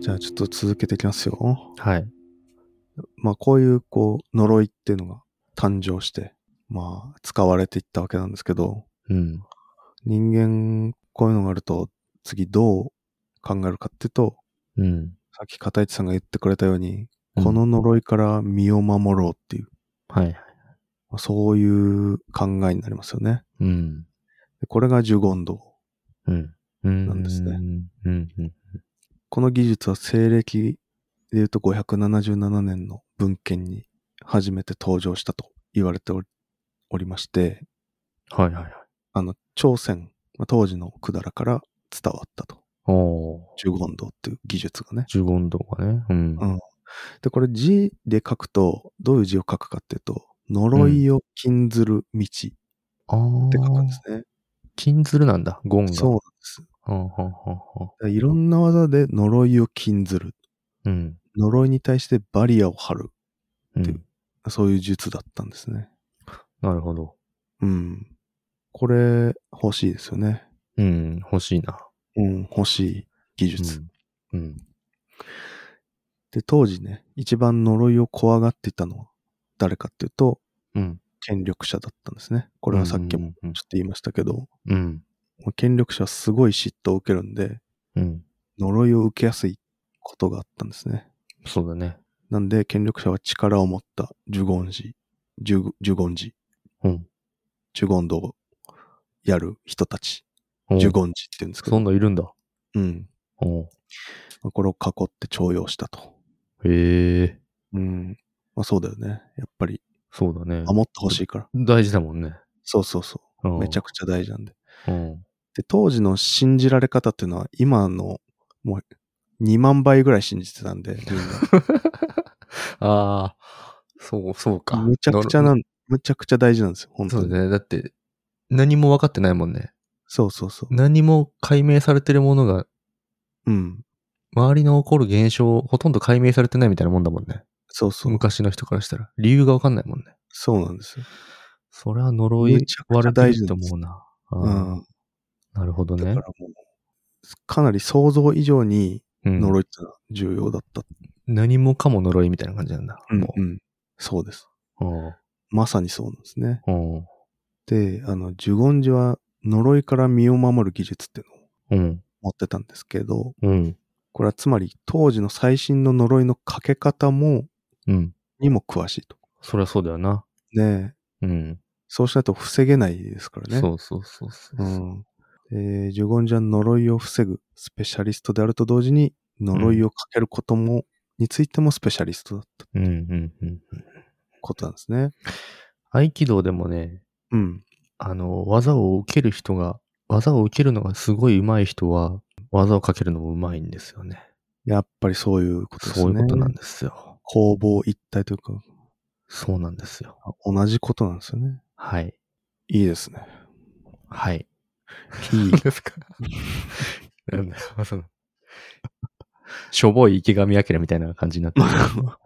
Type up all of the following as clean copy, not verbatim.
じゃあちょっと続けていきますよ。 はい。 まあこういう呪いっていうのが誕生して、まあ使われていったわけなんですけど、 うん。 人間こういうのがあると次どう考えるかっていうと、 うん。 さっき片市さんが言ってくれたように、 うんこの呪いから身を守ろうっていう、 はい。 そういう考えになりますよね。 うん。 でこれが呪言道うん。 なんですね。 うん。 この技術は西暦でいうと577年の文献に初めて登場したと言われておりまして、 はいはいはい。 朝鮮、当時の百済から伝わったと。 おー。 呪言道っていう技術がね。 呪言道がね。うん。 うん。で、これ字で書くと、どういう字を書くかっていうと、呪いを禁ずる道ってあ書くんでー。 すね。 禁ずるなんだ。ゴンが。 そうなんです。 はんはんはんはん。 いろんな技で呪いを禁ずる。 うん。 呪いに対してバリアを張るっていう、 うん。 そういう術だったんですね。 なるほど。 うん。これ欲しいですよね。 うん。欲しいな。 うん、欲しい技う術。 ん。うん。 で、当時ね、一番呪いを怖がっていたのは誰かっていうと、 うん。 権力者だったんですね。これはさっきもちょっと言いましたけど、 うん。 権力者はすごい嫉妬を受けるんで、 うん。 呪いを受けやすいことがあったんですね。 そうだね。 なんで、権力者は力を持った呪言師、呪言師、 うん。 呪言道をやる人たち、 お呪言師って言うんですけそんど、 ないるんだ。 うん。 おこれを囲って重用したと。 へえ。 うん。まあそうだよね。やっぱり、 そうだね。 守ってほしいから。 大事だもんね。 そうそうそうう。 んめちゃくちゃ大事なんで。 うん。 で、当時の信じられ方っていうのは、今の、もう、2万倍ぐらい信じてたんで、みんな。 ああ、そうか。 むちゃくちゃ大事なんですよ、本当に。 そうだね。だって、何も分かってないもんね。 そうそうそう。 何も解明されてるものが、 うん。 周りの起こる現象、ほとんど解明されてないみたいなもんだもんね。 そうそう。 昔の人からしたら。理由が分かんないもんね。 そうなんですよ。 それは呪いむちゃくちゃ割れてるって大事なんです。 思うな。 うあん。 あ、なるほどね。 だからもう、かなり想像以上にうん。 呪いってのは重要だった。 何もかも呪いみたいな感じなんだ。もうん。そうです。 う。うんまさにそうなんですね。 うんで、呪言師は呪いから身を守る技術っていうのをうん。 持ってたんですけど、 うん。 これはつまり当時の最新の呪いのかけ方うん。 にも詳しいと。 そりゃそうだよな。 ねえ。 うん。 そうしないと防げないですからね。 そうそうそうそう。 うん。呪言師は呪いを防ぐスペシャリストであると同時に、呪いをかけることについてもスペシャリストだったうんうんうん。 ことなんですね。 合気道でもね、 うん。 技を受ける人が、技を受けるのがすごい上手い人は、技をかけるのも上手いんですよね。 やっぱりそういうことですね。 そういうことなんですよ。 攻防一体というか、 そうなんですよ。 同じことなんですよね。 はい。 いいですね。 はい。 いい。 ですか。なんだよ、しょぼい池上彰みたいな感じになってる。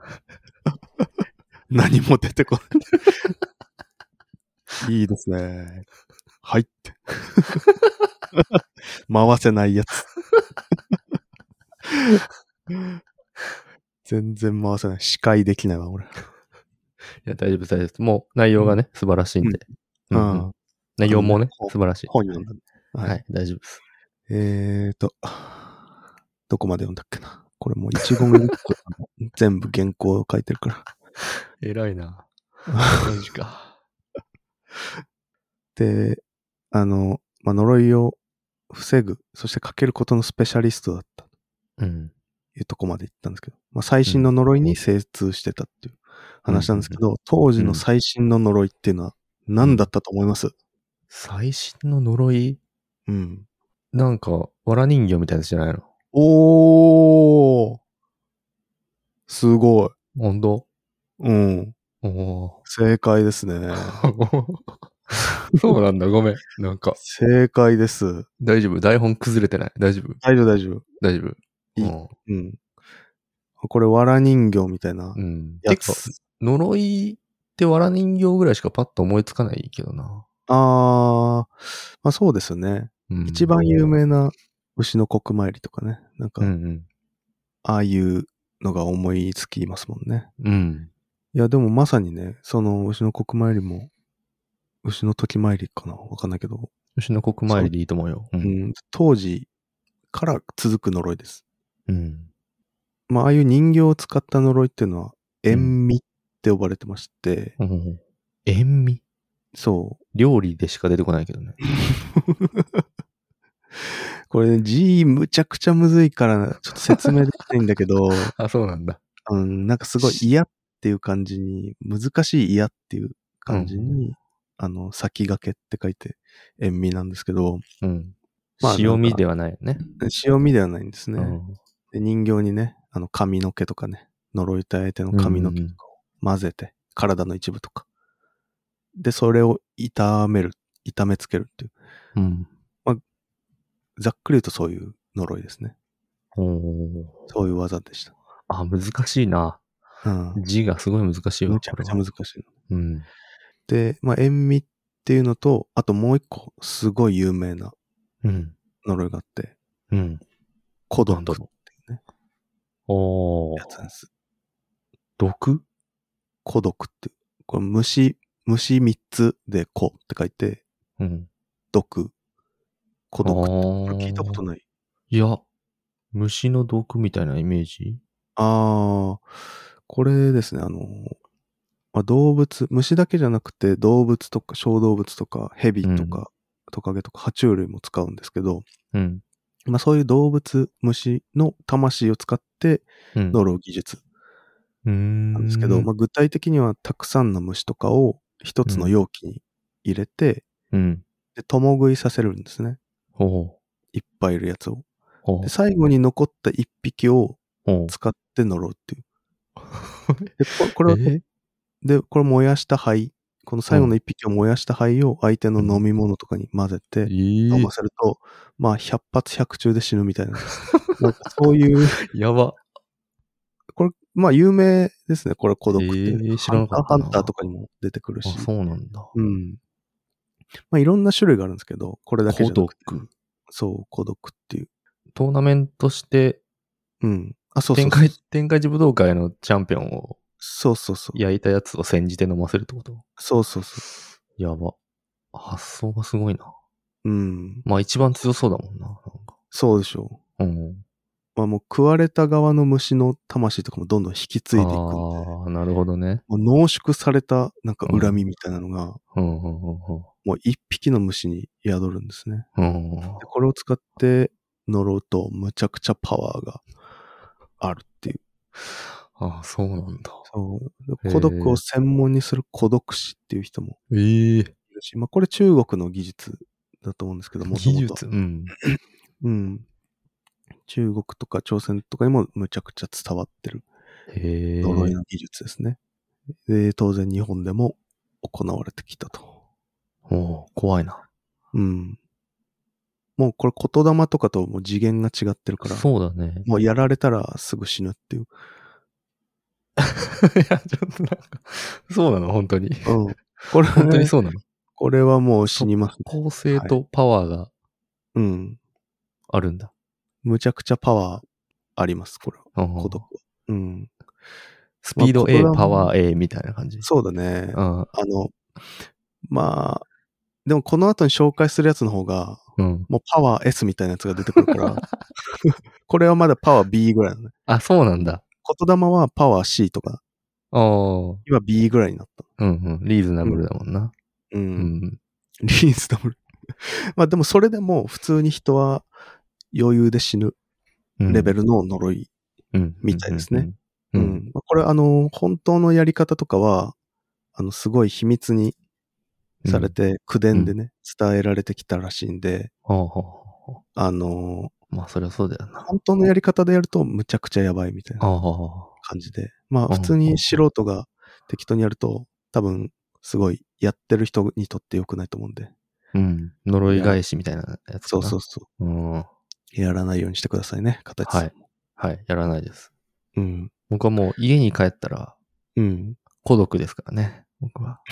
何も出てこない。いいですね。はいって。回せないやつ。全然回せない。司会できないわ、俺。 いや、大丈夫、大丈夫。もう内容がね、素晴らしいんで。うんうん。内容もね、素晴らしい。 本読んだ。 はい、大丈夫です。 どこまで読んだっけな。これもう一言一句全部原稿を書いてるから。 偉いな。マジか。 で、呪いを防ぐ、そしてかけることのスペシャリストだったというとこまで言ったんですけど、最新の呪いに精通してたっていう話なんですけど、当時の最新の呪いっていうのは何だったと思います？ 最新の呪い？ うん。 なんか、わら人形みたいなやつじゃないの？ おー、すごい。 ほんと？ うん。正解ですね。 そうなんだ、ごめん。なんか。 正解です。 大丈夫？台本崩れてない？大丈夫？ 大丈夫、大丈夫。 大丈夫。 うん。これ、わら人形みたいなやつ。 呪いってわら人形ぐらいしかパッと思いつかないけどな。 そうですよね。 うん、 一番有名な牛の国参りとかね。なんか、 ああいうのが思いつきますもんね。 うん。 いや、でもまさにね、その牛の国参りも、牛の時参りかなわかんないけど。 牛の国参りでいいと思うよ。 当時から続く呪いです。 うん。 まあ、ああいう人形を使った呪いっていうのは、縁味って呼ばれてまして。 縁味？ そう。 料理でしか出てこないけどね。 これね、字むちゃくちゃむずいから、ちょっと説明できないんだけど。 あ、そうなんだ。 なんかすごい嫌っていう感じに、難しい嫌っていう感じに、先駆けって書いて、縁味なんですけど。 まあ、塩味ではないよね。 塩味ではないんですね。で人形にね、髪の毛とかね、呪いた相手の髪の毛とかを混ぜて、体の一部とか。で、それを痛めつけるっていう。まあ、ざっくり言うとそういう呪いですね。そういう技でした。 あ、難しいな。字がすごい難しいわ。 めちゃくちゃ難しいの。 で、まあ、縁味っていうのと、あともう一個、すごい有名な呪いがあって、孤独っていうね。やつです。 毒？ 孤独っていう。これ虫三つで孤って書いて、毒。孤独って、これ聞いたことない？ いや、虫の毒みたいなイメージ？ これですね、まあ、動物、虫だけじゃなくて動物とか小動物とか蛇とかトカゲとか爬虫類も使うんですけど、まあ、そういう動物、虫の魂を使って呪う技術なんですけど、まあ、具体的にはたくさんの虫とかを一つの容器に入れて、で共食いさせるんですね。いっぱいいるやつを。で最後に残った一匹を使って呪うっていう。でこれはで、これ燃やした灰、この最後の一匹を燃やした灰を相手の飲み物とかに混ぜて飲ませると、まあ100発100中で死ぬみたいな。なんかそういう。 やば。 これ、まあ有名ですね、これ孤独って。 知らなかったな。 ハンターとかにも出てくるし。 あ、そうなんだ。 まあいろんな種類があるんですけど、これだけじゃなくて。 孤独。 そう、孤独っていう。 トーナメントして、 あ、そう。 天下一武道会のチャンピオンを、焼いたやつを煎じて飲ませるってこと？ そう。 やば。発想がすごいな。 まあ一番強そうだもんな。なんかそうでしょう。まあもう食われた側の虫の魂とかもどんどん引き継いでいくんで。 なるほどね。 もう濃縮されたなんか恨みみたいなのが、もう一匹の虫に宿るんですね。でこれを使って呪うとむちゃくちゃパワーがあるっていう。 そうなんだ。 そう。孤独を専門にする孤独師っていう人もいるし、まあこれ中国の技術だと思うんですけども。 技術？ 中国とか朝鮮とかにもむちゃくちゃ伝わってる呪いの技術ですね。で、当然日本でも行われてきたと。 怖いな。 もうこれ言霊とかともう次元が違ってるから。 そうだね。 もうやられたらすぐ死ぬっていう。 いや、ちょっとなんか、そうなの本当に。 これ、 本当にそうなの？ これはもう死にますね。 即効性とパワーが、あるんだ。 むちゃくちゃパワーあります、これは。孤独は。 スピード A、パワー A みたいな感じ。 そうだね。まあ、でもこの後に紹介するやつの方が、もうパワー S みたいなやつが出てくるから、これはまだパワー B ぐらいなのね。 あ、そうなんだ。 言霊はパワー C とか、今 B ぐらいになった。 リーズナブルだもんな。 リーズナブル。まあでもそれでも普通に人は余裕で死ぬレベルの呪いみたいですね。これ本当のやり方とかは、すごい秘密にされて、口伝でね、伝えられてきたらしいんで、 まあそりゃそうだよな。 本当のやり方でやるとむちゃくちゃやばいみたいな感じで、まあ普通に素人が適当にやると、多分すごいやってる人にとって良くないと思うんで。 呪い返しみたいなやつかな。 そう。やらないようにしてくださいね、形さんも。 はい、やらないです。僕はもう家に帰ったら、孤独ですからね、僕は。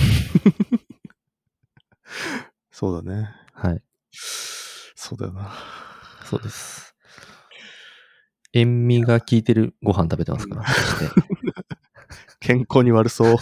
そうだね。 はい。 そうだよな。 そうです。 塩味が効いてるご飯食べてますから、そして。 健康に悪そう。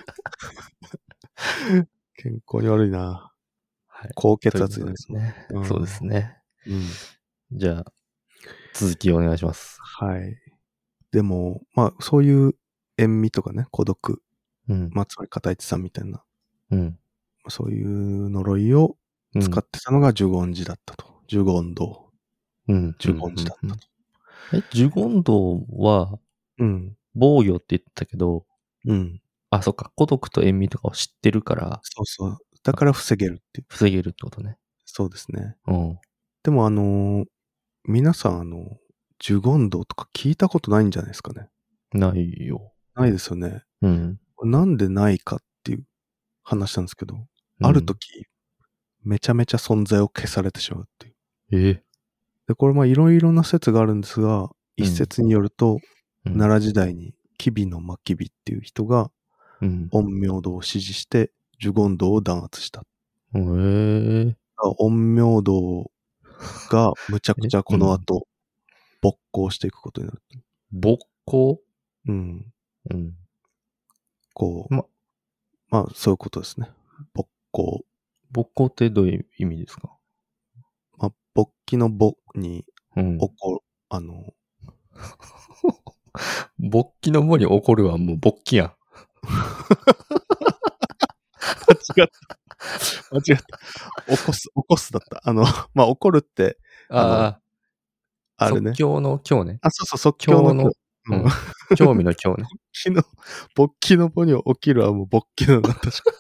健康に悪いな。 はい。 高血圧になりそう。 ね。そうですね。じゃあ、続きお願いします。 はい。でも、まあ、そういう塩味とかね、孤独。まあ、つまり片市さんみたいな。そういう呪いを使ってたのが呪言寺だったと。呪言道。呪言寺だったと。 呪言道は、防御って言ったけど、あ、そっか、孤独と塩味とかを知ってるから。 そうそう。だから防げるっていう。 防げるってことね。 そうですね。でも皆さん呪言道とか聞いたことないんじゃないですかね。 ないよ。 ないですよね。なんでないかっていう話なんですけど、ある時、めちゃめちゃ存在を消されてしまうっていう。で、これまあいろいろな説があるんですが、一説によると、奈良時代に吉備の真備っていう人が、陰陽道を支持して呪言道を弾圧した。陰陽道がむちゃくちゃこの後、勃興していくことになる。 勃興？ こう、まあそういうことですね。勃興。 勃興ってどういう意味ですか？ まあ、勃起の勃に起こる、 勃起の勃に起こるはもう勃起やん。 間違った。起こすだった。まあ、起こるって、あれね。 即興の今日ね。 あ、そうそう、即興の興味の今日ね。 勃起の勃に起きるはもう勃起なんだ、確か。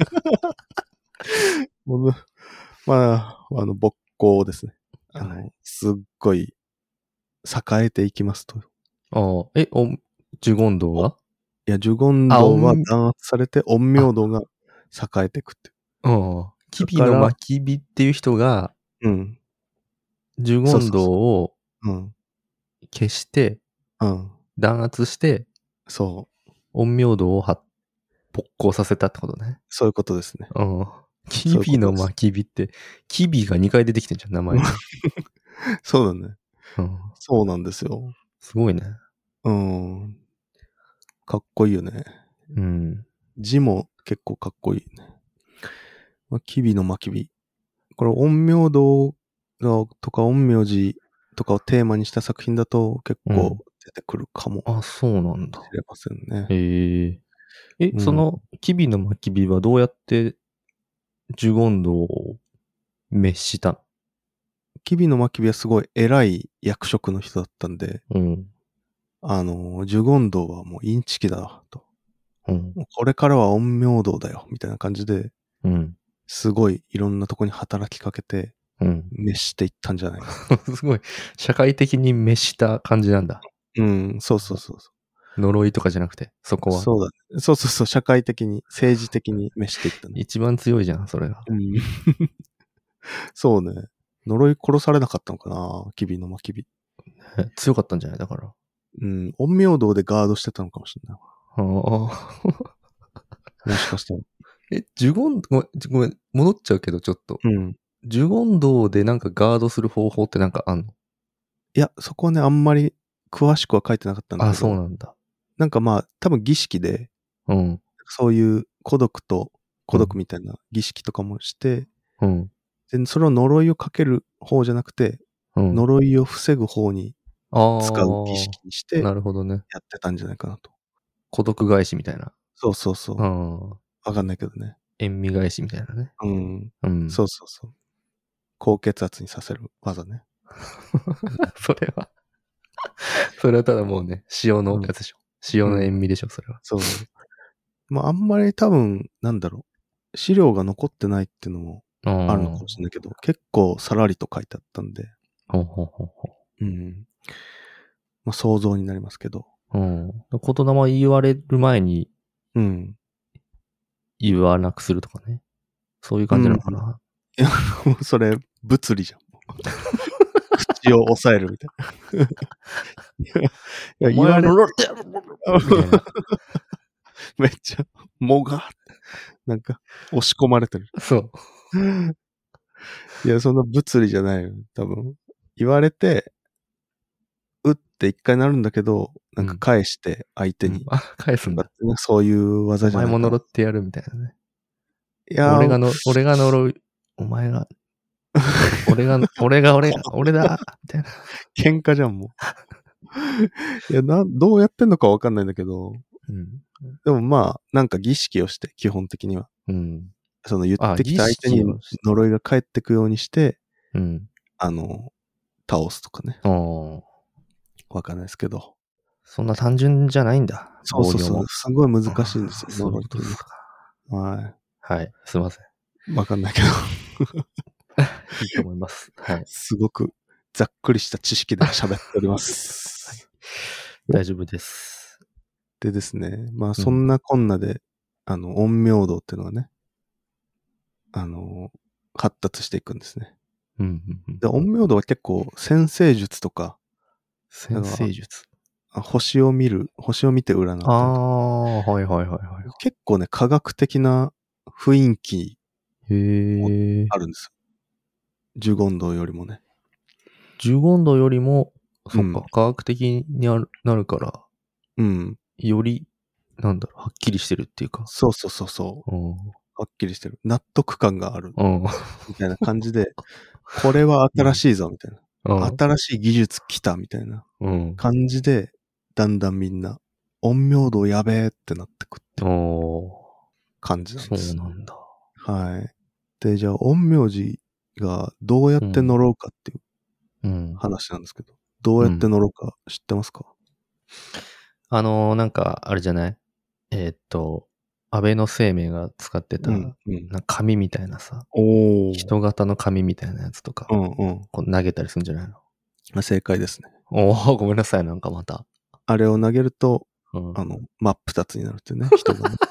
まあ、勃興ですね。すっごい、栄えていきますと。 呪言道は？ いや、呪言道は弾圧されて、陰陽道が栄えていくって。 吉備の真備っていう人が、呪言道を消して、弾圧して、陰陽道を勃興させたってことね。 そういうことですね。 吉備の真備って、吉備が2回出てきてんじゃん、名前に。 そうだね。そうなんですよ。 すごいね。 かっこいいよね。字も結構かっこいいね。吉備の真備。これ、陰陽道とか陰陽師とかをテーマにした作品だと結構出てくるかも。 そうなんだ。 しれませんね。 その、吉備の真備はどうやって呪言道を滅したの？ 吉備の真備はすごい偉い役職の人だったんで、呪言道はもうインチキだと。これからは陰陽道だよ、みたいな感じで、すごいいろんなとこに働きかけて、滅していったんじゃないか。 すごい、社会的に滅した感じなんだ。 そうそうそう。 呪いとかじゃなくて、そこは。 そうだね。そうそうそう、社会的に、政治的に滅していったね。 一番強いじゃん、それが。 そうね。呪い殺されなかったのかな、吉備の真備。 強かったんじゃないだから。 陰陽道でガードしてたのかもしれない。もしかしたら。 呪言、ごめん、戻っちゃうけど、ちょっと。呪言道でなんかガードする方法ってなんかあんの？ いや、そこはね、あんまり詳しくは書いてなかったんだけど。 そうなんだ。 なんかまあ、多分儀式で、そういう孤独みたいな儀式とかもして、でそれを呪いをかける方じゃなくて、呪いを防ぐ方に使う儀式にして、 なるほどね。 やってたんじゃないかなと。 孤独返しみたいな。 そうそうそう。わかんないけどね。 塩味返しみたいなね。 そうそうそう。高血圧にさせる技ね。 それはただもうね、塩のやつでしょ。塩の塩味でしょ、それは。 そう。まあ、あんまり多分、資料が残ってないっていうのもあるのかもしれないけど、結構さらりと書いてあったんで。まあ、想像になりますけど。 言霊言われる前に、言わなくするとかね。そういう感じなのかな。 いや、もうそれ、物理じゃん。口を押さえるみたいな。いや、言われる。めっちゃ、もが、なんか、押し込まれてる。 そう。 いや、そんな物理じゃないよ。多分。言われて、うっって一回なるんだけど、なんか返して相手に。 返すんだ。 そういう技じゃない。 お前も呪ってやるみたいなね。 いや俺が呪う、お前が、俺だみたいな。 喧嘩じゃん、もう。いや、どうやってんのかわかんないんだけど、でもまあ、なんか儀式をして、基本的には。その言ってきた相手に呪いが返ってくようにして、倒すとかね。わかんないですけど。 そんな単純じゃないんだ。 そうそうそう。すごい難しいんですよ、呪いって。はい。 はい。すいません。 わかんないけど。 いいと思います。はい。 すごくざっくりした知識で喋っております。 大丈夫です。 でですね、まあそんなこんなで、陰陽道っていうのがね、発達していくんですね。で、陰陽道は結構占星術とか、 占星術星を見て占ってるとか。 はいはいはいはい。 結構ね、科学的な雰囲気あるんですよ。呪言道よりもね。 呪言道よりも、そっか、科学的になるから、より、はっきりしてるっていうか。 そう。はっきりしてる。納得感がある。みたいな感じで、これは新しいぞ、みたいな。新しい技術来た、みたいな感じで、だんだんみんな、陰陽道やべえってなってくって感じなんです。 そうなんだ。 はい。で、じゃあ、陰陽師がどうやって呪うかっていう話なんですけど、どうやって呪うか知ってますか？ なんか、あれじゃない？安倍の生命が使ってた、紙みたいなさ、人型の紙みたいなやつとか、こう投げたりするんじゃないの？ 正解ですね。 ごめんなさい、なんかまた。 あれを投げると、真っ二つになるっていうね、人がね。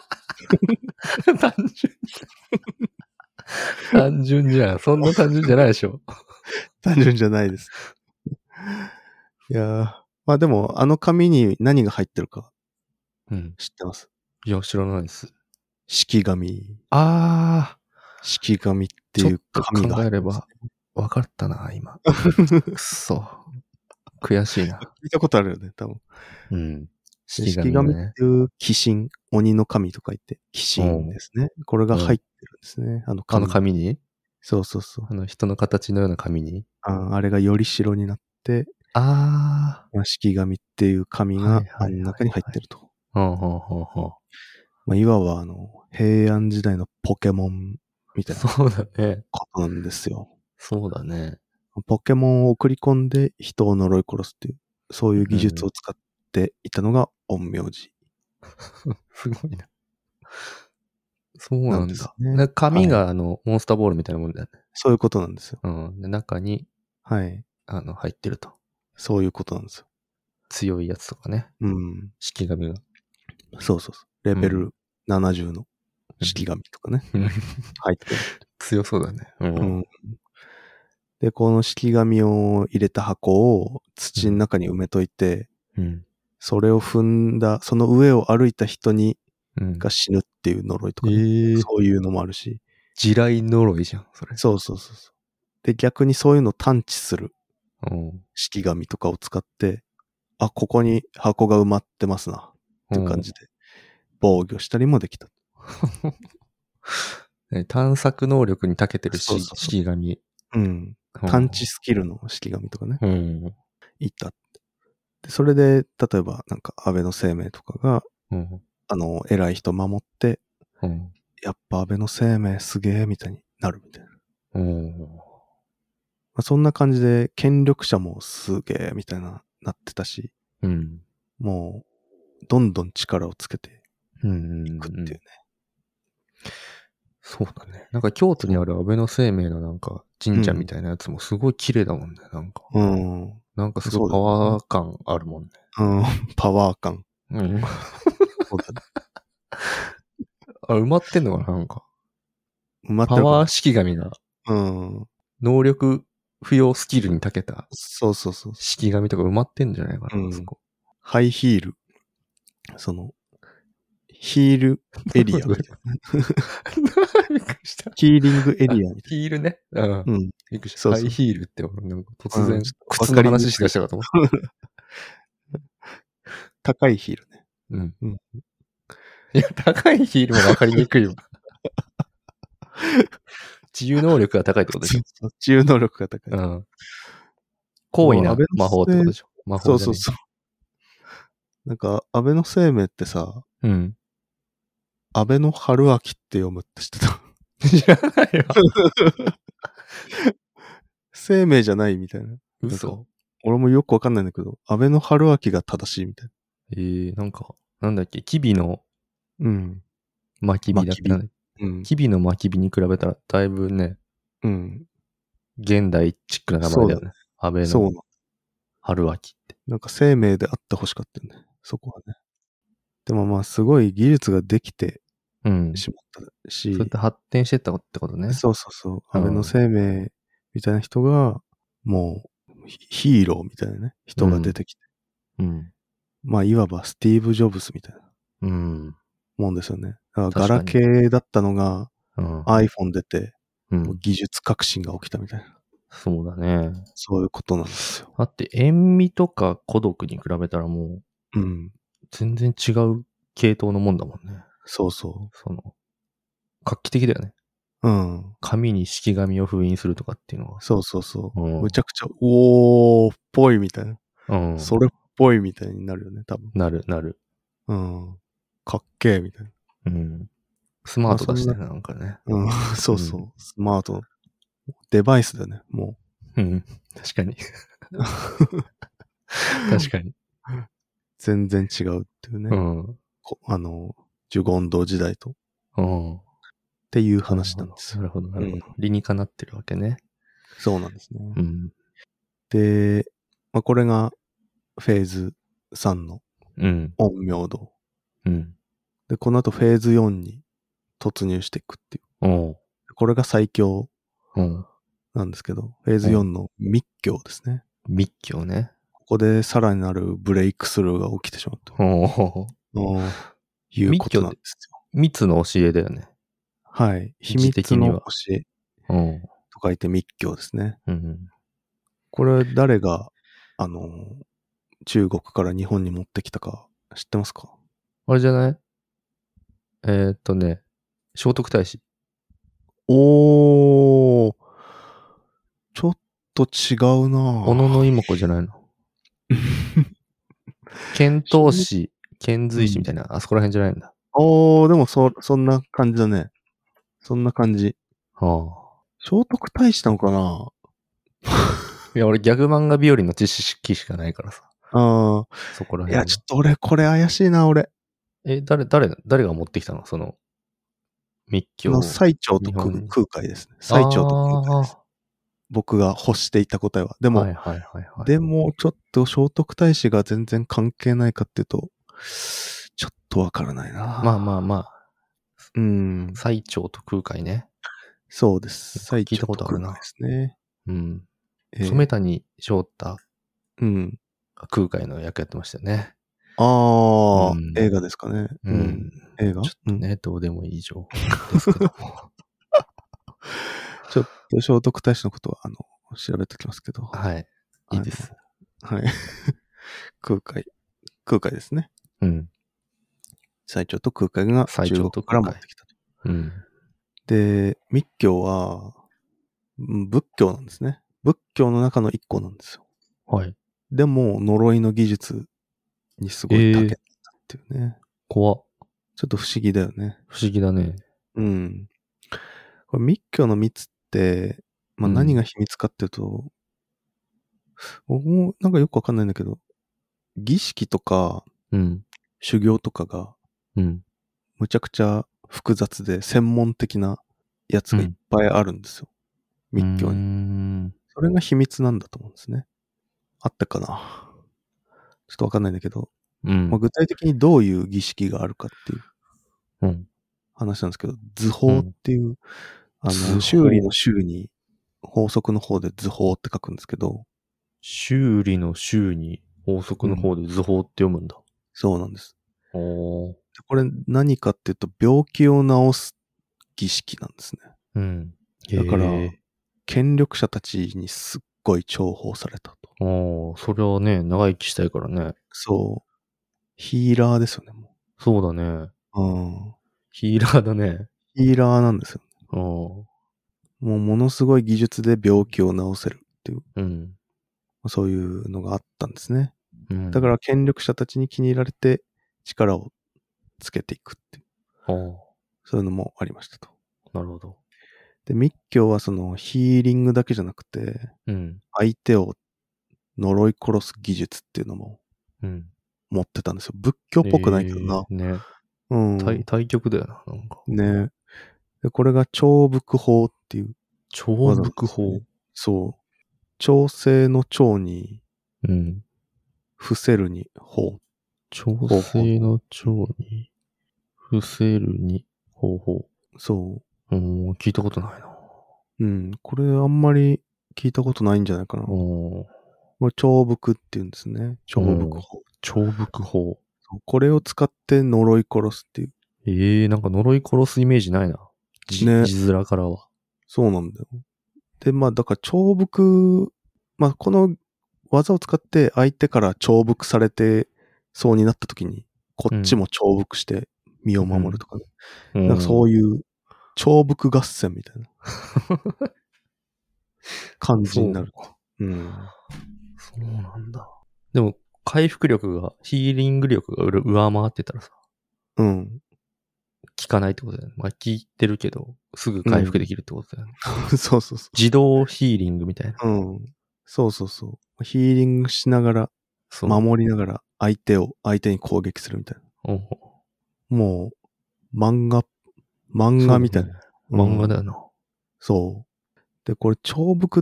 単純じゃん。そんな単純じゃないでしょ。 単純じゃないです。いやー、まあでも、紙に何が入ってるか、知ってます？ いや、知らないです。 式紙。式紙っていう紙が。ちょっと考えれば、分かったな、今。くそ。悔しいな。 聞いたことあるよね、多分。式紙っていう鬼神、鬼の神と書いて、鬼神ですね。これが入ってるんですね。 紙に？ そう。 人の形のような紙に？ あれがより白になって、式紙っていう紙があの中に入ってると。いわば平安時代のポケモンみたいなことなんですよ。 そうだね。 ポケモンを送り込んで人を呪い殺すっていう、そういう技術を使っていたのが陰陽師。 すごいな。そうなんだ。紙がモンスターボールみたいなもんだよね。 そういうことなんですよ。 で中に、入ってると。 そういうことなんですよ。 強いやつとかね。式紙が。 そう。レベル70の式紙とかね。入ってる。 強そうだね。 で、この式紙を入れた箱を土の中に埋めといて、それを踏んだ、その上を歩いた人が死ぬっていう呪いとかね、そういうのもあるし。 地雷呪いじゃん、それ。 そう。で、逆にそういうのを探知する式紙とかを使って、ここに箱が埋まってますな、っていう感じで防御したりもできた。 探索能力に長けてる式紙。 探知スキルの式紙とかね。いた。で、それで、例えば、なんか、安倍の生命とかが、偉い人守って、やっぱ安倍の生命すげえみたいになるみたいな。そんな感じで、権力者もすげえみたいな、なってたし、もう、どんどん力をつけていくっていうね。 そうだね。なんか京都にある安倍の生命のなんか神社みたいなやつもすごい綺麗だもんね、なんか。なんかすごいパワー感あるもんね。 パワー感。 埋まってんのかな、なんか。 埋まってる。 パワー式紙が。能力不要スキルに長けた。 そう。 式紙とか埋まってんじゃないかな、そこ。 ハイヒール。ヒールエリアみたいな。ヒーリングエリアみたいな。 ヒールね。びっくりした。ハイヒールって、突然、 靴の話しだしたかと思った。 高いヒールね。 うん。うん。いや、高いヒールも分かりにくいわ。治癒能力が高いってことでしょ。 治癒能力が高い。 うん。高位な魔法ってことでしょ。魔法じゃねえ。 そう。なんか、安倍の生命ってさ、 うん。 安倍の春秋って読むって知ってた？ 知らないわ。 生命じゃないみたいな。 嘘。 俺もよくわかんないんだけど、安倍の春秋が正しいみたいな。なんだっけ、キビの、 うん。 巻き火だったね。うん。キビの巻き火に比べたら、だいぶね、 うん。 現代チックな名前だよね。安倍の春秋って。 なんか生命であってほしかったよね。そこはね。でもまあ、すごい技術ができてしまったし。 そうやって発展してったってことね。 そう。安倍の生命みたいな人が、もう、ヒーローみたいなね、人が出てきて。まあ、いわばスティーブ・ジョブズみたいな。もんですよね。だからガラケーだったのが、iPhone 出て、技術革新が起きたみたいな。 そうだね。 そういうことなんですよ。 だって、塩味とか孤独に比べたらもう、全然違う系統のもんだもんね。 そう。 画期的だよね。 うん。 紙に式紙を封印するとかっていうのは。 そう。むちゃくちゃ、おーっぽいみたいな。それっぽいみたいになるよね、多分。 なる。 うん。かっけーみたいな。 スマートだしね、なんかね。 そう。スマート。デバイスだよね、もう。確かに。確かに。 全然違うっていうね。ジュゴンド時代と。っていう話なんですよ。 なるほど。理にかなってるわけね。 そうなんですね。で、まあ、これがフェーズ3の陰陽道。で、この後フェーズ4に突入していくっていう。これが最強なんですけど、フェーズ4の密教ですね。 密教ね。 ここでさらなるブレイクスルーが起きてしまうと。いうことなんですよ。 密の教えだよね。 はい。秘密の教えと書いて密教ですね。これ誰が、中国から日本に持ってきたか知ってますか？ あれじゃない？聖徳太子。 おー。ちょっと違うなぁ。 小野妹子じゃないの？遣唐使、遣隋使みたいな、あそこら辺じゃないんだ。 でもそんな感じだね。そんな感じ。聖徳太子なのかないや、俺ギャグ漫画日和の知識しかないからさ。そこら辺。 いや、ちょっと俺、これ怪しいな、俺。 誰が持ってきたの？その、密教。 最澄と空海ですね。最澄と空海です。僕が欲していた答えは。でも、でも、ちょっと聖徳太子が全然関係ないかっていうと、ちょっとわからないな。 まあ。最澄と空海ね。 そうです。 最澄と空海ですね。 染谷将太。空海の役やってましたよね。 映画ですかね。映画？ ちょっとね、どうでもいい情報ですけども。 ちょっと聖徳太子のことは、調べておきますけど。 はい。いいです。 はい。空海ですね。最澄と空海が中国から持ってきたと。で、密教は、仏教なんですね。仏教の中の一個なんですよ。 はい。 でも、呪いの技術にすごい長けたっていうね。 怖っ。 ちょっと不思議だよね。 不思議だね。 これ密教の密って、まあ何が秘密かっていうと、僕もなんかよくわかんないんだけど、儀式とか、修行とかが、むちゃくちゃ複雑で専門的なやつがいっぱいあるんですよ。密教に。それが秘密なんだと思うんですね。あったかな。ちょっとわかんないんだけど、まあ、具体的にどういう儀式があるかっていう話なんですけど、図法っていう、修理の修に法則の方で図法って書くんですけど、 修理の修に法則の方で図法って読むんだ。 そうなんです。これ何かっていうと、病気を治す儀式なんですね。だから、権力者たちにすっごい重宝されたと。 それはね、長生きしたいからね。 そう。 ヒーラーですよね、もそうだね。 う。うん。 ヒーラーだね。 ヒーラーなんですよ。 うん。 もうものすごい技術で病気を治せるっていう、 うん。 そういうのがあったんですね。 うん。 だから権力者たちに気に入られて力をつけていくっていう、そういうのもありましたと。 なるほど。 で、密教はそのヒーリングだけじゃなくて、 うん。 相手を呪い殺す技術っていうのもうん。 持ってたんですよ。仏教っぽくないけどな。 ね。 うん。 対極だよな、なんか。 ね。で、これが調伏法っていう調技なんで伏法。 すね。そう。調整の調に、 うん。 伏せるに法。 調整の調に、伏せるに、方法。 そ聞いたことないな。 う。うん。これあんまり聞いたことないんじゃないかな。これ調伏って言うんですね。調伏法。 調伏法。 これを使って呪い殺すっていう。 なんか呪い殺すイメージないな。字面からは。 そうなんだよ。で、まあ、だから重複、まあ、この技を使って相手から重複されてそうになった時に、こっちも重複して身を守るとかね。なんかそういう重複合戦みたいな感じになる。 うん。そうなんだ。でも、回復力が、ヒーリング力が上回ってたらさ。うん。効かないってことだよね。まあ、効いてるけど、すぐ回復できるってことだよね。 そうそうそう。 自動ヒーリングみたいな。 うん。そうそうそう。ヒーリングしながら、守りながら相手に攻撃するみたいな。もう、漫画みたいな。 漫画だよな。 そう。で、これ、重複って、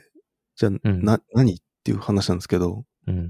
じゃあ、何っていう話なんですけど、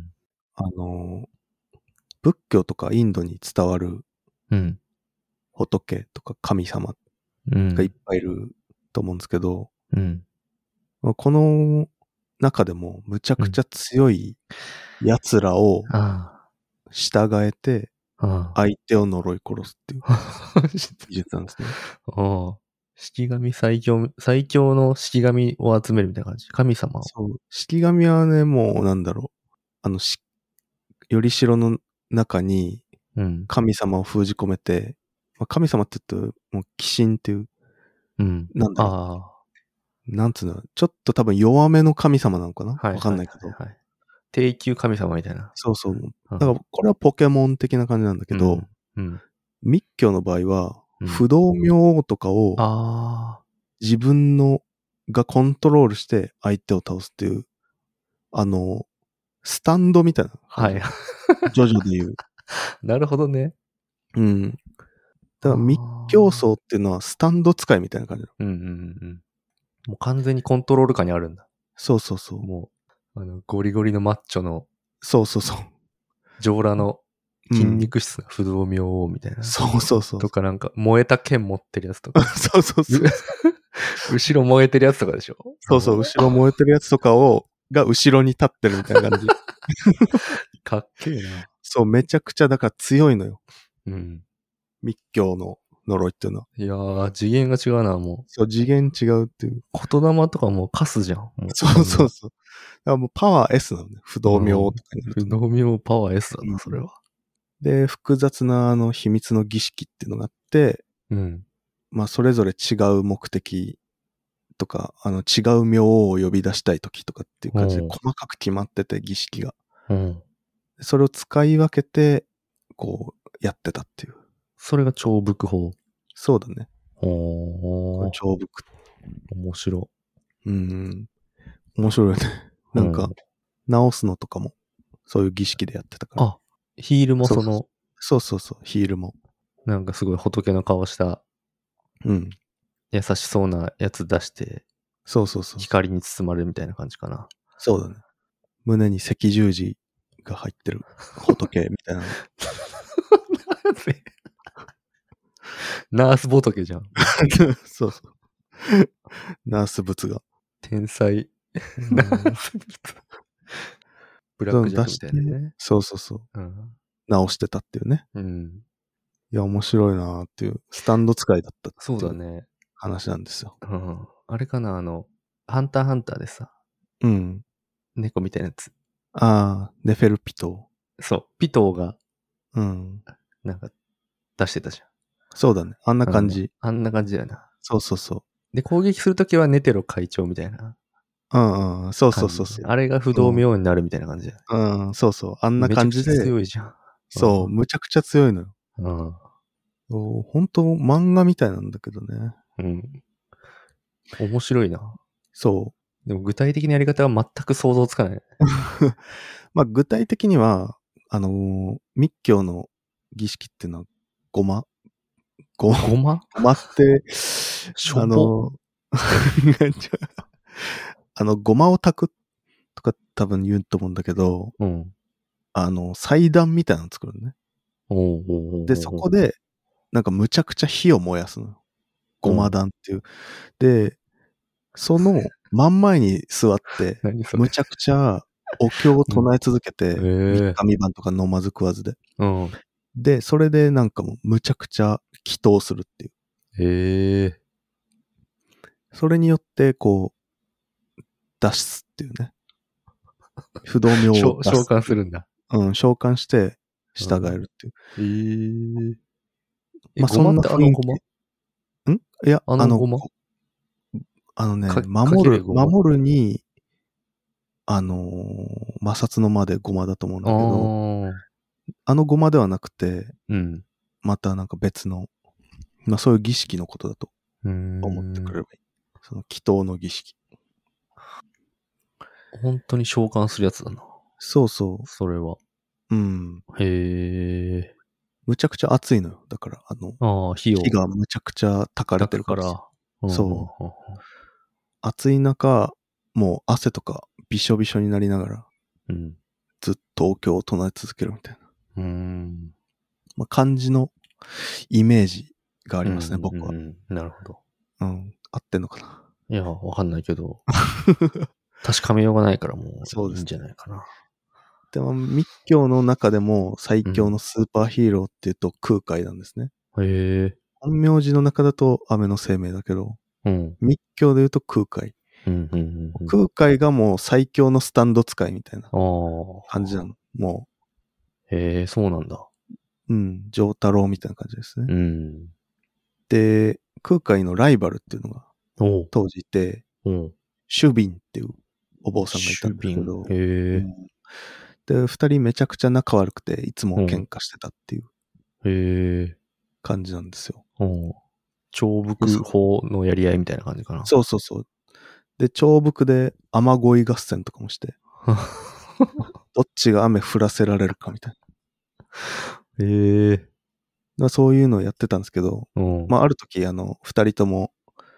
仏教とかインドに伝わる、仏とか神様がいっぱいいると思うんですけど、この中でもむちゃくちゃ強い奴らを従えて、相手を呪い殺すっていう技術なんですね。 式神最強の式神を集めるみたいな感じ。神様を。 そう。式神はね、もうなんだろう。よりしろの中に神様を封じ込めて、まあ、神様って言うと、もう鬼神っていう、なんだろう。なんつうの、ちょっと多分弱めの神様なのかな、わかんないけど。 低級神様みたいな。 そうそう。だからこれはポケモン的な感じなんだけど、密教の場合は、不動明王とかを自分がコントロールして相手を倒すっていう、スタンドみたいな感じ。ジョジョで言う。 なるほどね。 うん。だから密教僧っていうのはスタンド使いみたいな感じ。 もう完全にコントロール下にあるんだ。 そうそうそう。 もう、ゴリゴリのマッチョの。 そうそうそう。 上裸の筋肉質な不動明王みたいな。 そうそうそう。 とかなんか、燃えた剣持ってるやつとか。 そうそうそう。 後ろ燃えてるやつとかでしょ。 そうそう、後ろ燃えてるやつとかが後ろに立ってるみたいな感じ。 かっけえな。 そう、めちゃくちゃだから強いのよ。 密教の呪いっていうのは。 いやー、次元が違うな、もう。 そう、次元違うっていう。 言霊とかもうカスじゃん。 そうそうそう。だからもうパワー S なのね。不動明王とかになると。 不動明王パワー S だな、それは。 で、複雑な秘密の儀式っていうのがあって、まあ、それぞれ違う目的とか、違う明王を呼び出したい時とかっていう感じで細かく決まってて、儀式が。それを使い分けて、こう、やってたっていう。 それが重複法。 そうだね。重複。 面白。 面白いよね。なんか、直すのとかも、そういう儀式でやってたから。 あ、ヒールもそうそうそうそう、ヒールも。 なんかすごい仏の顔した、優しそうなやつ出して、 そうそうそう。 光に包まれるみたいな感じかな。 そうだね。胸に赤十字が入ってる仏みたいな。 ナース仏じゃん。 そうそう。ナース仏が。 天才。ナース仏。ブラックジャックみたいなね。 そうそうそう。直してたっていうね。いや、面白いなーっていう、スタンド使いだったっていう。そうだね。話なんですよ。 あれかな、ハンターハンターでさ。猫みたいなやつ。 ああ、ネフェルピトー。そう。ピトーがなんか出してたじゃん。 そうだね。あんな感じ。 あんな感じだよな。 そうそうそう。 で、攻撃するときはネテロ会長みたいな。 そうそうそうそう。 あれが不動明王になるみたいな感じだよ。そうそう。あんな感じで。 めちゃくちゃ強いじゃん。 そう、むちゃくちゃ強いのよ。本当漫画みたいなんだけどね。 面白いな。 そう。 でも具体的なやり方は全く想像つかない。 まあ具体的には、密教の儀式っていうのはごまって、ごまを炊くとか多分言うと思うんだけど、祭壇みたいなの作るのね。で、そこで、なんかむちゃくちゃ火を燃やすの。ごま壇っていう。で、その真ん前に座って、むちゃくちゃお経を唱え続けて、三日三晩とか飲まず食わずで。で、それでなんかもうむちゃくちゃ祈祷するっていう。それによって、こう、脱出っていうね。不動明王を召喚するんだ。 召喚して従えるっていう。 まあそんな雰囲気。 いや、 ごま守るに、摩擦の間でごまだと思うんだけど、ごまではなくて、またなんか別の、まあそういう儀式のことだと思ってくれればいい。その祈祷の儀式。 本当に召喚するやつだな。 そうそう。 それは。 へえ。むちゃくちゃ熱いのよ。だから、火がむちゃくちゃ焚かれてるから。そう。暑い中、もう汗とかびしょびしょになりながら、ずっとお経を唱え続けるみたいな。まあ、感じのイメージがありますね、僕は。 なるほど。 合ってんのかな。 いや、わかんないけど。確かめようがないからもういいんじゃないかな。 でも密教の中でも最強のスーパーヒーローっていうと空海なんですね。陰陽師の中だと雨の生命だけど、密教で言うと空海。空海がもう最強のスタンド使いみたいな感じなの。もう。そうなんだ。 上太郎みたいな感じですね。で、空海のライバルっていうのが当時いて、シュビンっていうお坊さんがいたんだけど、で、二人めちゃくちゃ仲悪くて、いつも喧嘩してたっていう感じなんですよ。 重複法のやり合いみたいな感じかな。 そうそうそう。で、重複で雨乞い合戦とかもして、どっちが雨降らせられるかみたいな。そういうのをやってたんですけど、まあ、ある時、二人とも、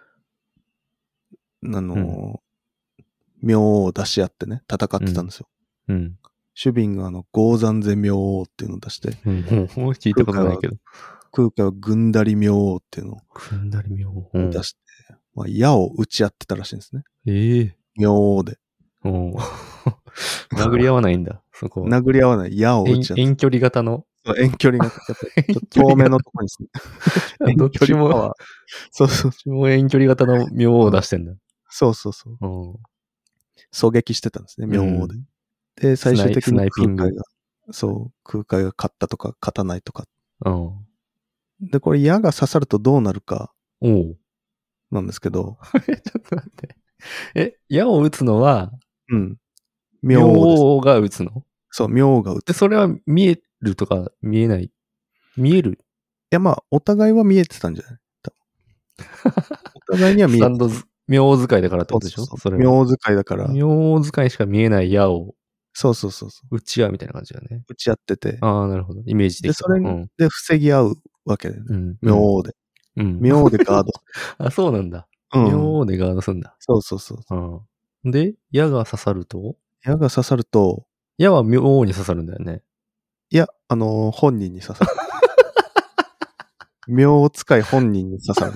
明王を出し合ってね、戦ってたんですよ。シュビンがゴーザンゼ明王っていうのを出して、 聞いたことないけど。 空海はグンダリ明王っていうのを出して、まあ、矢を打ち合ってたらしいんですね。明王で。 殴り合わないんだ、そこ。 殴り合わない。矢を打ち合って。 遠距離型の。 遠距離型。やっぱり遠めのとこにする。 どっちも、 そうそう。 もう遠距離型の明王を出してんだ。 そうそうそう。狙撃してたんですね、明王で。で、最終的に空海が勝ったとか勝たないとか。で、これ矢が刺さるとどうなるか。なんですけど。 ちょっと待って。矢を撃つのは、 明王が撃つの？ そう、明王が撃つ。 で、それは見えるとか見えない？見える？ いや、まあ、お互いは見えてたんじゃない？お互いには見えてた。 明王使いだからってことでしょ？それは。 明王使いだから。 明王使いしか見えない矢を。 そうそうそう。 打ち合うみたいな感じだよね。 打ち合ってて。 ああ、なるほど。イメージできた。 で、それで防ぎ合うわけだよね。明王で。明王でガード。 あ、そうなんだ。明王でガードするんだ。 そうそうそう。 で、矢が刺さると？ 矢が刺さると、 矢は明王に刺さるんだよね。 いや、本人に刺さる。明王使い本人に刺さる。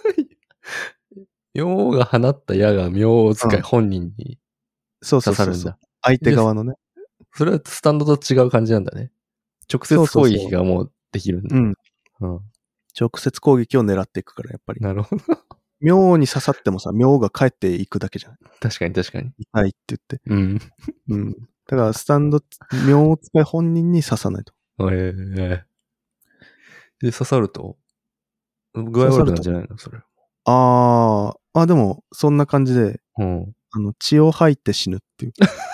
明王が放った矢が明王使い本人に刺さるんだ。 相手側のね。 それはスタンドと違う感じなんだね。直接攻撃がもうできるんだ。 直接攻撃を狙っていくから、やっぱり。 なるほど。 明王に刺さってもさ、明王が帰っていくだけじゃん。 確かに確かに。 痛いって言って。だから、スタンド、明王使い本人に刺さないと。 で、刺さると具合悪くなんじゃないのそれ。 でも、そんな感じで、血を吐いて死ぬっていう。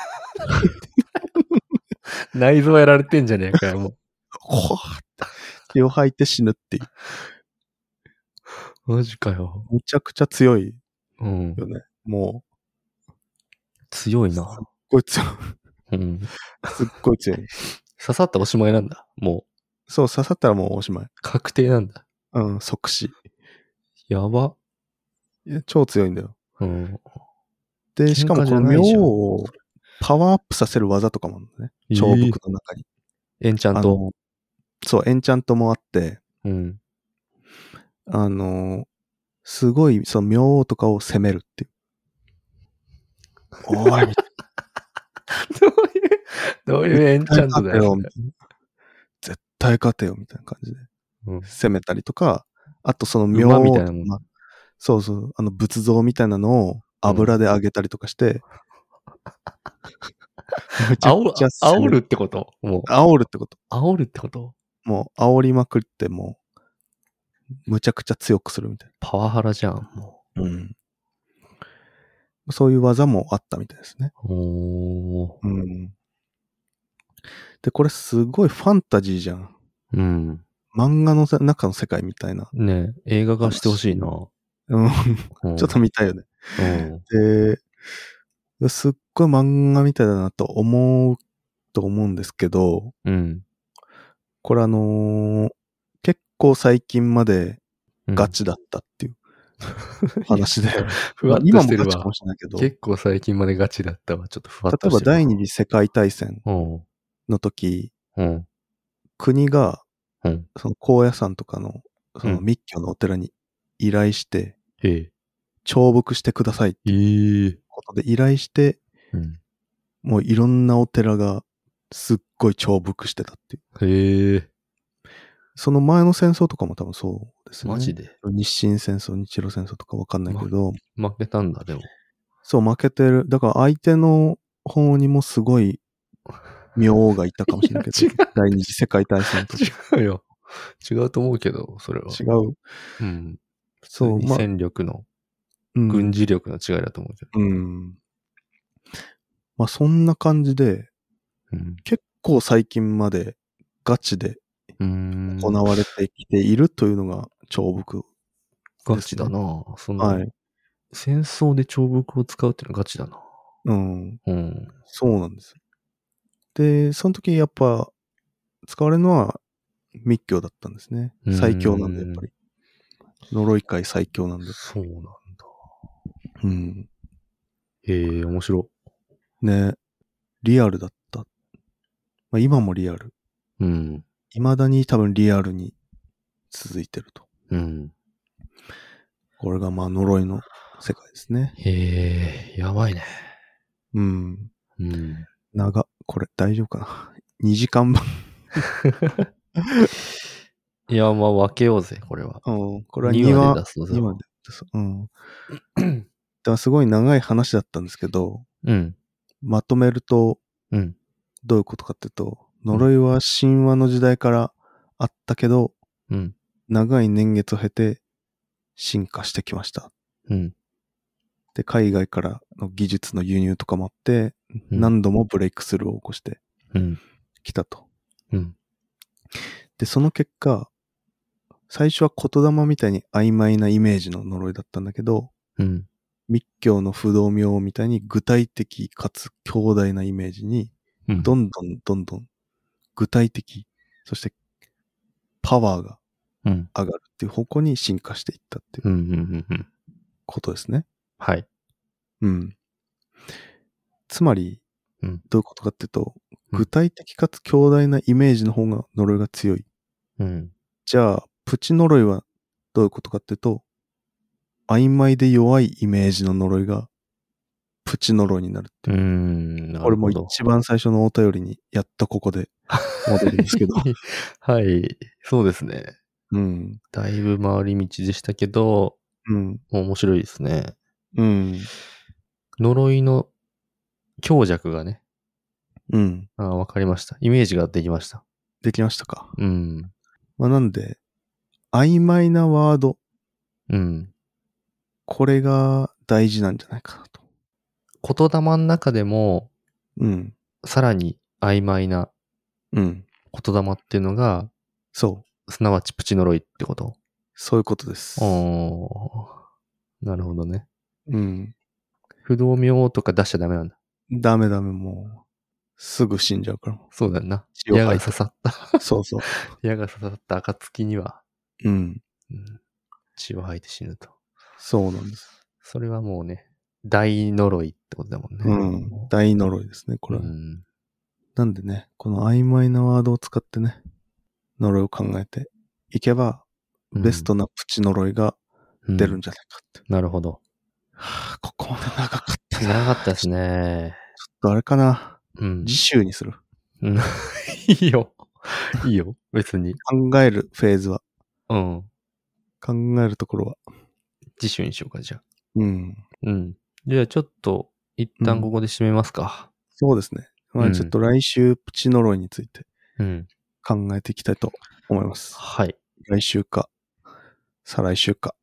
内臓やられてんじゃねえかよ、もう。 血を吐いて死ぬっていう。 マジかよ。 めちゃくちゃ強いよね。もう。 強いな。 すっごい強い。すっごい強い。 刺さったらおしまいなんだ、もう。そう、刺さったらもうおしまい。 確定なんだ。 即死。 やば。 超強いんだよ。で、しかもこの妙をパワーアップさせる技とかもあるのね。長服の中に。 エンチャント。 そう、エンチャントもあって、すごい、その妙とかを攻めるっていう。おい。 どういうエンチャントだよ。 絶対勝てよ、みたいな感じで。攻めたりとか、あとその妙みたいなもん。 そうそう、仏像みたいなのを油で揚げたりとかして、 煽るってこともう。 煽るってこと。 煽るってこともう、煽りまくってもう、むちゃくちゃ強くするみたいな。 パワハラじゃん、もう。そういう技もあったみたいですね。で、これすごいファンタジーじゃん。漫画の中の世界みたいな。 ねえ、映画化してほしいな。 ちょっと見たいよね。で、すっごい漫画みたいだなと思うんですけど、これ結構最近までガチだったっていう話で、今もガチかもしれないけど、 結構最近までガチだったわ。ちょっとふわっとしてる。例えば第二次世界大戦の時、国が、その高野山とかの、その密教のお寺に依頼して、重複してくださいっていうことで依頼して、もういろんなお寺がすっごい重複してたっていう。その前の戦争とかも多分そうですね。 マジで日清戦争、日露戦争とかわかんないけど。 負けたんだ、でも。 そう、負けてる。だから相手の方にもすごい妙がいたかもしれないけど。第二次世界大戦とか。 違うよ。違うと思うけど、それは。 違う。 そう、戦力の、軍事力の違いだと思うけど。そんな感じで、結構最近までガチで行われてきているというのが重複、 ガチだな。はい。戦争で重複を使うっていうのはガチだな。 そうなんです。で、その時やっぱ使われるのは密教だったんですね。最強なんで、やっぱり。呪い界最強なんで。 そうなんだ。面白い。ね。リアルだった。今もリアル。未だに多分リアルに続いてると。これが呪いの世界ですね。 やばいね。 これ大丈夫かな ?2 時間分。 いや、分けようぜ、これは。 これは2話で出す。2話で出す。だからすごい長い話だったんですけど、まとめると、どういうことかっていうと、呪いは神話の時代からあったけど、長い年月を経て進化してきました。で、海外からの技術の輸入とかもあって、何度もブレイクスルーを起こしてきたと。で、その結果、最初は言霊みたいに曖昧なイメージの呪いだったんだけど、密教の不動明みたいに具体的かつ強大なイメージに、どんどん具体的、そしてパワーが上がるっていう方向に進化していったっていうことですね。 はい。 つまり、どういうことかっていうと、具体的かつ強大なイメージの方が呪いが強い。じゃあ、プチ呪いはどういうことかっていうと、曖昧で弱いイメージの呪いがプチ呪いになるっていう。これも一番最初のお便りにやっとここで戻るんですけど。 はい、そうですね。だいぶ回り道でしたけど、面白いですね。呪いの強弱がね。わかりました。イメージができました。 できましたか。 うん。 まあなんで、曖昧なワード。 うん。 これが大事なんじゃないかなと。 言霊の中でも、 うん。 さらに曖昧なうん。 言霊っていうのが、 そう。 すなわちプチ呪いってこと？ そういうことです。 なるほどね。 うん。 不動明とか出しちゃダメなんだ。 ダメ、もう、すぐ死んじゃうから。 そうだよな。矢が刺さった。 そうそう。 矢が刺さった暁には、 うん。 血を吐いて死ぬと。 そうなんです。 それはもうね、大呪いってことだもんね。 うん。大呪いですね、これは。なんでね、この曖昧なワードを使ってね、呪いを考えていけば、ベストなプチ呪いが出るんじゃないかって。 なるほど。 はあ、ここまで長かったな。 長かったですね。 ちょっとあれかな。次週にする。 いいよ。いいよ。別に。 考えるフェーズは。 うん。 考えるところは。 次週にしようか、じゃあ。 うん。 じゃあちょっと、一旦ここで締めますか。 そうですね。まあちょっと来週プチ呪いについて考えていきたいと思います。 はい。 来週か、再来週か。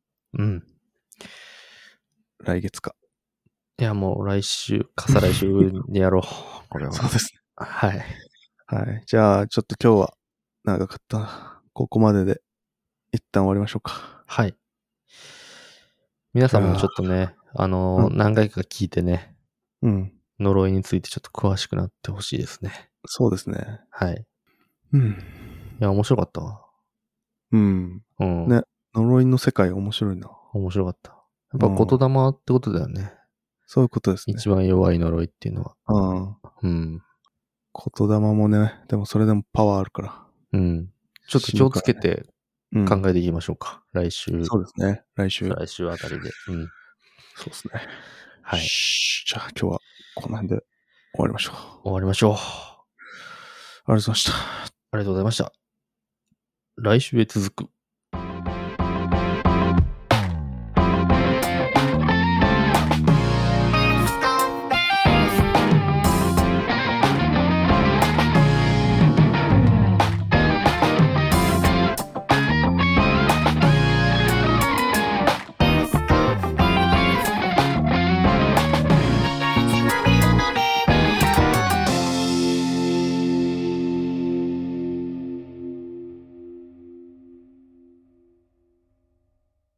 来月か。 いや、もう来週か再来週にやろう。これは。 そうですね。 はい。 はい。じゃあ、ちょっと今日は長かったな。ここまでで一旦終わりましょうか。 はい。皆さんもちょっとね、何回か聞いてね、呪いについてちょっと詳しくなってほしいですね。 そうですね。 はい。 いや、面白かったわ。 ね、呪いの世界面白いな。 面白かった。やっぱ言霊ってことだよね。 そういうことですね。 一番弱い呪いっていうのは。 言霊もね、でもそれでもパワーあるから。 ちょっと気をつけて考えていきましょうか。来週。 そうですね。来週あたりで。 そうですね。 はい。 じゃあ今日はこの辺で終わりましょう。 ありがとうございました。 ありがとうございました。 来週へ続く。